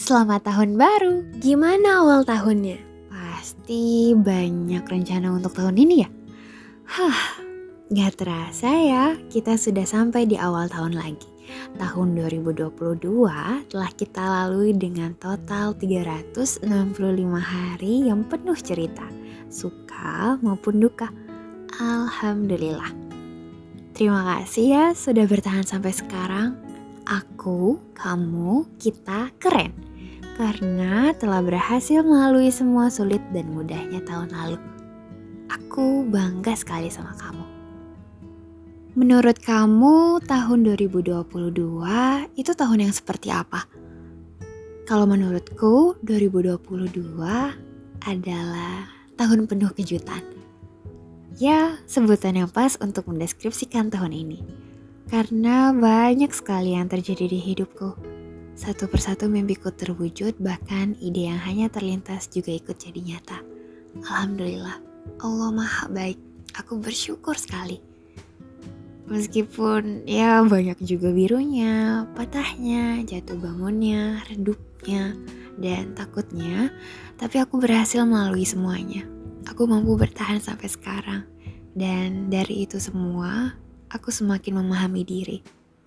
Selamat tahun baru. Gimana awal tahunnya? Pasti banyak rencana untuk tahun ini ya? Gak terasa ya, kita sudah sampai di awal tahun lagi. Tahun 2022 telah kita lalui dengan total 365 hari yang penuh cerita, suka maupun duka. Alhamdulillah. Terima kasih ya sudah bertahan sampai sekarang. Aku, kamu, kita keren. Karena telah berhasil melalui semua sulit dan mudahnya tahun lalu. Aku bangga sekali sama kamu. Menurut kamu, tahun 2022 itu tahun yang seperti apa? Kalau menurutku, 2022 adalah tahun penuh kejutan. Ya, sebutan yang pas untuk mendeskripsikan tahun ini. Karena banyak sekali yang terjadi di hidupku. Satu persatu mimpiku terwujud, bahkan ide yang hanya terlintas juga ikut jadi nyata. Alhamdulillah, Allah Maha Baik. Aku bersyukur sekali. Meskipun ya banyak juga birunya, patahnya, jatuh bangunnya, redupnya, dan takutnya, tapi aku berhasil melalui semuanya. Aku mampu bertahan sampai sekarang. Dan dari itu semua, aku semakin memahami diri.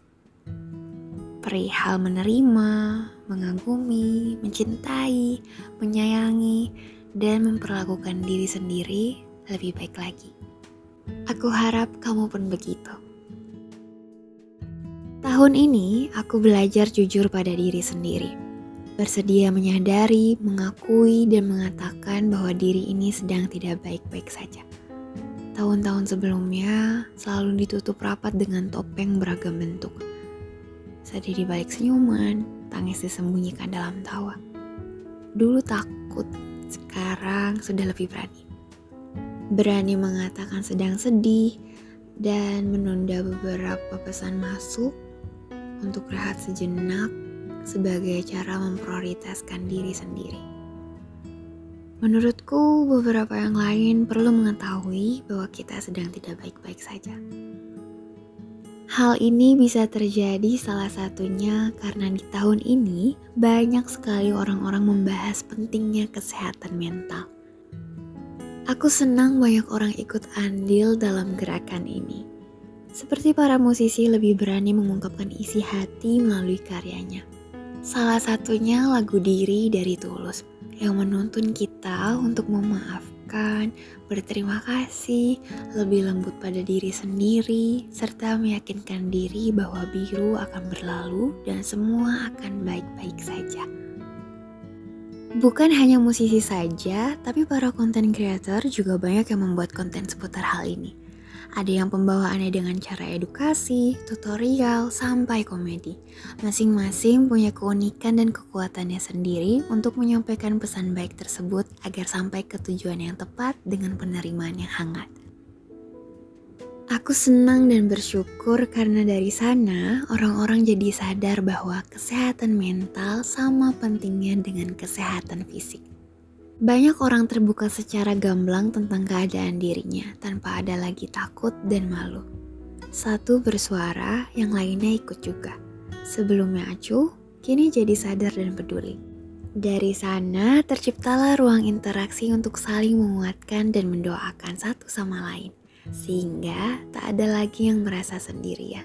Perihal menerima, mengagumi, mencintai, menyayangi, dan memperlakukan diri sendiri lebih baik lagi. Aku harap kamu pun begitu. Tahun ini aku belajar jujur pada diri sendiri. Bersedia menyadari, mengakui, dan mengatakan bahwa diri ini sedang tidak baik-baik saja. Tahun-tahun sebelumnya selalu ditutup rapat dengan topeng beragam bentuk. Sedih di balik senyuman, tangis disembunyikan dalam tawa. Dulu takut, sekarang sudah lebih berani. Berani mengatakan sedang sedih dan menunda beberapa pesan masuk untuk rehat sejenak sebagai cara memprioritaskan diri sendiri. Menurutku, beberapa yang lain perlu mengetahui bahwa kita sedang tidak baik-baik saja. Hal ini bisa terjadi salah satunya karena di tahun ini banyak sekali orang-orang membahas pentingnya kesehatan mental. Aku senang banyak orang ikut andil dalam gerakan ini. Seperti para musisi lebih berani mengungkapkan isi hati melalui karyanya. Salah satunya lagu Diri dari Tulus yang menuntun kita untuk memaafkan, berterima kasih, lebih lembut pada diri sendiri, serta meyakinkan diri bahwa biru akan berlalu dan semua akan baik-baik saja. Bukan hanya musisi saja, tapi para content creator juga banyak yang membuat konten seputar hal ini. Ada yang pembawaannya dengan cara edukasi, tutorial, sampai komedi. Masing-masing punya keunikan dan kekuatannya sendiri untuk menyampaikan pesan baik tersebut agar sampai ke tujuan yang tepat dengan penerimaan yang hangat. Aku senang dan bersyukur karena dari sana orang-orang jadi sadar bahwa kesehatan mental sama pentingnya dengan kesehatan fisik. Banyak orang terbuka secara gamblang tentang keadaan dirinya tanpa ada lagi takut dan malu. Satu bersuara, yang lainnya ikut juga. Sebelumnya acuh, kini jadi sadar dan peduli. Dari sana terciptalah ruang interaksi untuk saling menguatkan dan mendoakan satu sama lain. Sehingga tak ada lagi yang merasa sendirian.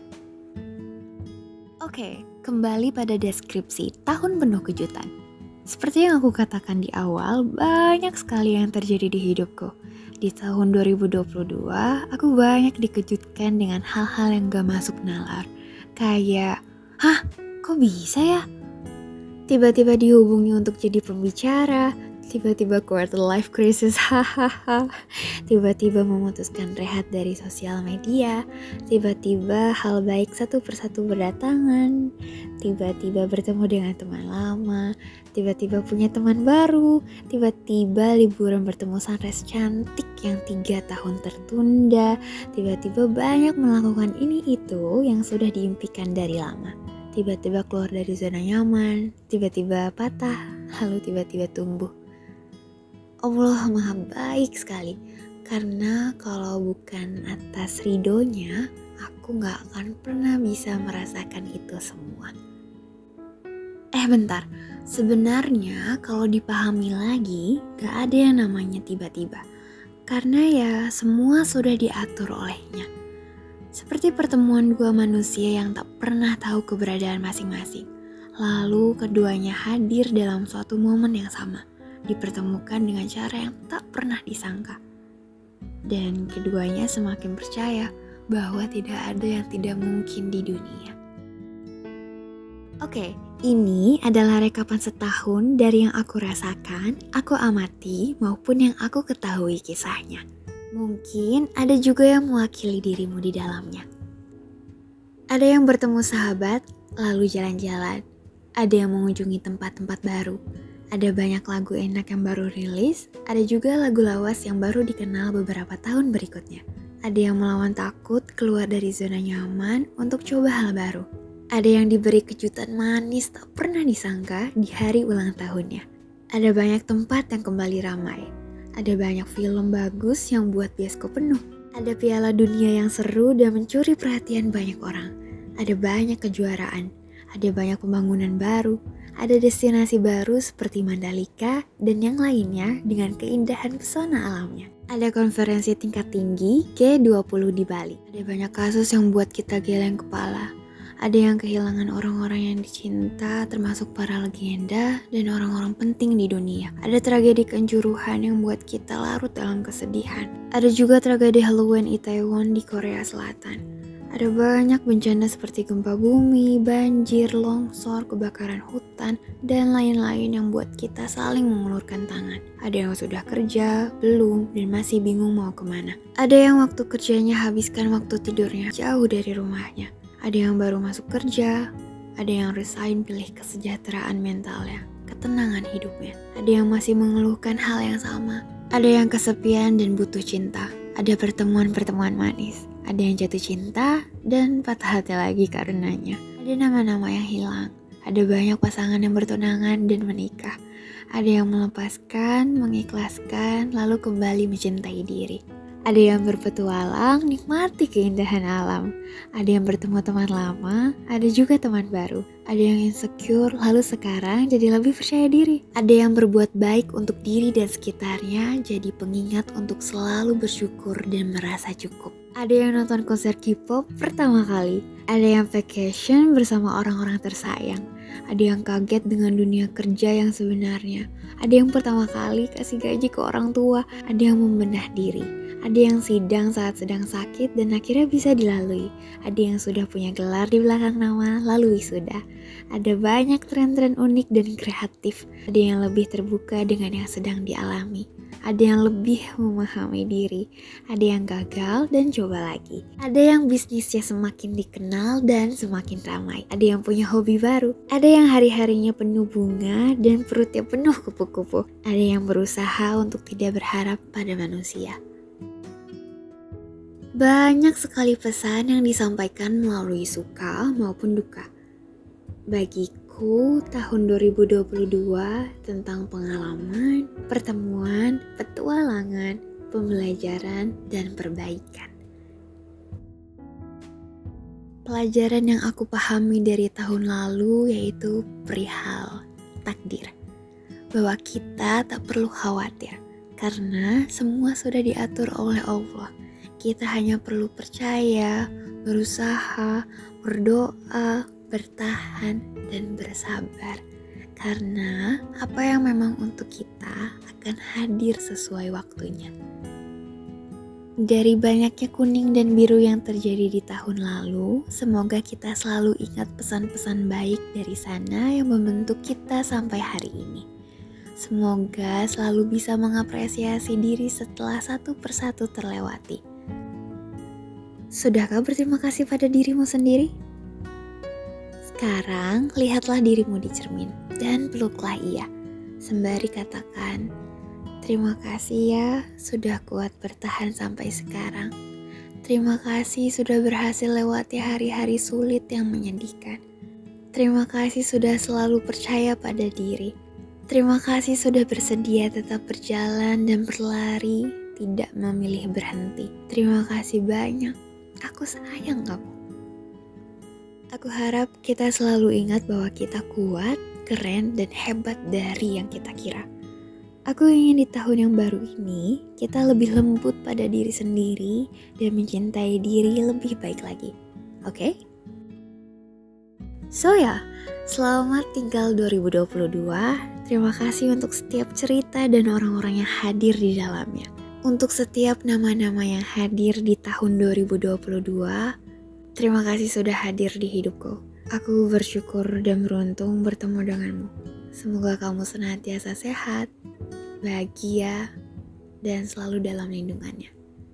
Oke, kembali pada deskripsi tahun penuh kejutan. Seperti yang aku katakan di awal, banyak sekali yang terjadi di hidupku. Di tahun 2022, aku banyak dikejutkan dengan hal-hal yang gak masuk nalar. Kayak, kok bisa ya? Tiba-tiba dihubungi untuk jadi pembicara, tiba-tiba quarter life crisis, tiba-tiba memutuskan rehat dari sosial media, tiba-tiba hal baik satu persatu berdatangan, tiba-tiba bertemu dengan teman lama, tiba-tiba punya teman baru, tiba-tiba liburan bertemu sunrise cantik yang 3 tahun tertunda, tiba-tiba banyak melakukan ini itu yang sudah diimpikan dari lama. Tiba-tiba keluar dari zona nyaman, tiba-tiba patah, lalu tiba-tiba tumbuh. Allah Maha Baik sekali, karena kalau bukan atas ridhonya, aku gak akan pernah bisa merasakan itu semua. Bentar, sebenarnya kalau dipahami lagi, gak ada yang namanya tiba-tiba. Karena ya semua sudah diatur olehnya. Seperti pertemuan dua manusia yang tak pernah tahu keberadaan masing-masing. Lalu keduanya hadir dalam suatu momen yang sama, dipertemukan dengan cara yang tak pernah disangka. Dan keduanya semakin percaya bahwa tidak ada yang tidak mungkin di dunia. Oke, ini adalah rekapan setahun dari yang aku rasakan, aku amati, maupun yang aku ketahui kisahnya. Mungkin ada juga yang mewakili dirimu di dalamnya. Ada yang bertemu sahabat, lalu jalan-jalan. Ada yang mengunjungi tempat-tempat baru. Ada banyak lagu enak yang baru rilis, ada juga lagu lawas yang baru dikenal beberapa tahun berikutnya. Ada yang melawan takut keluar dari zona nyaman untuk coba hal baru. Ada yang diberi kejutan manis tak pernah disangka di hari ulang tahunnya. Ada banyak tempat yang kembali ramai. Ada banyak film bagus yang buat bioskop penuh. Ada piala dunia yang seru dan mencuri perhatian banyak orang. Ada banyak kejuaraan. Ada banyak pembangunan baru. Ada destinasi baru seperti Mandalika dan yang lainnya dengan keindahan pesona alamnya. Ada konferensi tingkat tinggi G20 di Bali. Ada banyak kasus yang buat kita geleng kepala. Ada yang kehilangan orang-orang yang dicinta, termasuk para legenda dan orang-orang penting di dunia. Ada tragedi Kanjuruhan yang buat kita larut dalam kesedihan. Ada juga tragedi Halloween Itaewon di Korea Selatan. Ada banyak bencana seperti gempa bumi, banjir, longsor, kebakaran hutan, dan lain-lain yang buat kita saling mengulurkan tangan. Ada yang sudah kerja, belum, dan masih bingung mau kemana. Ada yang waktu kerjanya habiskan waktu tidurnya jauh dari rumahnya. Ada yang baru masuk kerja, ada yang resign pilih kesejahteraan mentalnya, ketenangan hidupnya. Ada yang masih mengeluhkan hal yang sama. Ada yang kesepian dan butuh cinta. Ada pertemuan-pertemuan manis. Ada yang jatuh cinta dan patah hati lagi karenanya. Ada nama-nama yang hilang. Ada banyak pasangan yang bertunangan dan menikah. Ada yang melepaskan, mengikhlaskan, lalu kembali mencintai diri. Ada yang berpetualang, nikmati keindahan alam. Ada yang bertemu teman lama, ada juga teman baru. Ada yang insecure, lalu sekarang jadi lebih percaya diri. Ada yang berbuat baik untuk diri dan sekitarnya, jadi pengingat untuk selalu bersyukur dan merasa cukup. Ada yang nonton konser K-pop pertama kali. Ada yang vacation bersama orang-orang tersayang. Ada yang kaget dengan dunia kerja yang sebenarnya. Ada yang pertama kali kasih gaji ke orang tua. Ada yang membenah diri. Ada yang sidang saat sedang sakit dan akhirnya bisa dilalui. Ada yang sudah punya gelar di belakang nama lalu wisuda. Ada banyak tren-tren unik dan kreatif. Ada yang lebih terbuka dengan yang sedang dialami. Ada yang lebih memahami diri. Ada yang gagal dan coba lagi. Ada yang bisnisnya semakin dikenal dan semakin ramai. Ada yang punya hobi baru. Ada yang hari-harinya penuh bunga dan perutnya penuh kupu-kupu. Ada yang berusaha untuk tidak berharap pada manusia. Banyak sekali pesan yang disampaikan melalui suka maupun duka. Bagiku, tahun 2022 tentang pengalaman, pertemuan, petualangan, pembelajaran, dan perbaikan. Pelajaran yang aku pahami dari tahun lalu yaitu perihal takdir. Bahwa kita tak perlu khawatir, karena semua sudah diatur oleh Allah. Kita hanya perlu percaya, berusaha, berdoa, bertahan, dan bersabar. Karena apa yang memang untuk kita akan hadir sesuai waktunya. Dari banyaknya kuning dan biru yang terjadi di tahun lalu, semoga kita selalu ingat pesan-pesan baik dari sana yang membentuk kita sampai hari ini. Semoga selalu bisa mengapresiasi diri setelah satu persatu terlewati. Sudahkah berterima kasih pada dirimu sendiri? Sekarang, lihatlah dirimu di cermin dan peluklah ia. Sembari katakan, terima kasih ya sudah kuat bertahan sampai sekarang. Terima kasih sudah berhasil lewati hari-hari sulit yang menyedihkan. Terima kasih sudah selalu percaya pada diri. Terima kasih sudah bersedia tetap berjalan dan berlari, tidak memilih berhenti. Terima kasih banyak. Aku sayang kamu. Aku harap kita selalu ingat bahwa kita kuat, keren dan hebat dari yang kita kira. Aku ingin di tahun yang baru ini, kita lebih lembut pada diri sendiri dan mencintai diri lebih baik lagi. Oke? So ya, selamat tinggal 2022. Terima kasih untuk setiap cerita dan orang-orang yang hadir di dalamnya. Untuk setiap nama-nama yang hadir di tahun 2022, terima kasih sudah hadir di hidupku. Aku bersyukur dan beruntung bertemu denganmu. Semoga kamu senantiasa sehat, bahagia, dan selalu dalam lindungannya.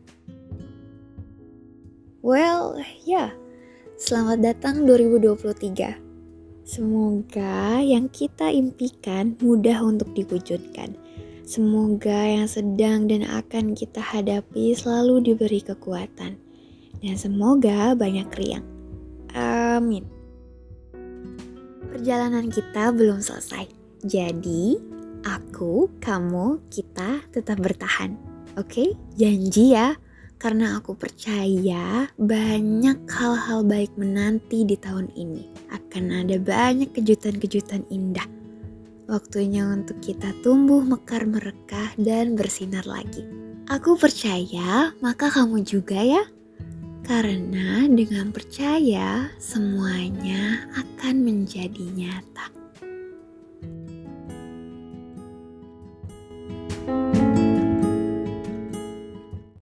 Well, ya, selamat datang 2023. Semoga yang kita impikan mudah untuk diwujudkan. Semoga yang sedang dan akan kita hadapi selalu diberi kekuatan. Dan semoga banyak riang. Amin. Perjalanan kita belum selesai. Jadi, aku, kamu, kita tetap bertahan. Oke? Janji ya. Karena aku percaya banyak hal-hal baik menanti di tahun ini. Akan ada banyak kejutan-kejutan indah. Waktunya untuk kita tumbuh mekar merekah dan bersinar lagi. Aku percaya, maka kamu juga ya. Karena dengan percaya, semuanya akan menjadi nyata.